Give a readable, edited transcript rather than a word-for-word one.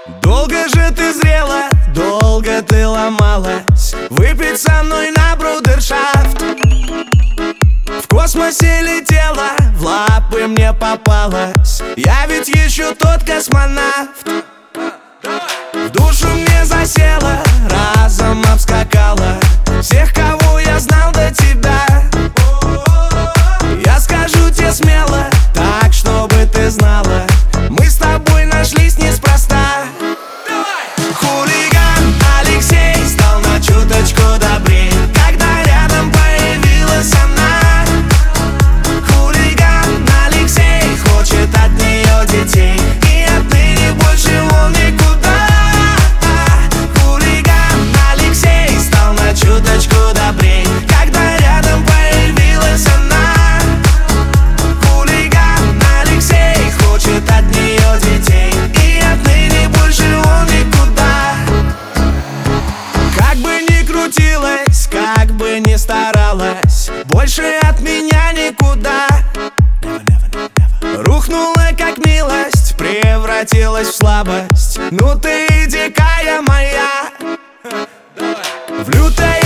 Долго же ты зрела, долго ты ломалась. Выпить со мной на брудершафт. В космосе летела, в лапы мне попалась. Я ведь еще тот космонавт. В душу мне засела, разом обскакала всех, кого я знал до тебя. Я скажу тебе смело, так, чтобы ты знала, мы с тобой нашлись неспроста. Хулиган Алексей стал на чуточку добрей, когда рядом появилась она. Хулиган Алексей хочет от нее детей, и отныне больше он никуда. Хулиган Алексей стал на чуточку добрей, когда рядом появилась она. Хулиган Алексей хочет от нее детей, и отныне больше он никуда. Как бы ни крутилась, как бы ни старалась, больше от меня никуда. Рухнула как милость, превратилась в слабость. Ну ты дикая моя, в лютой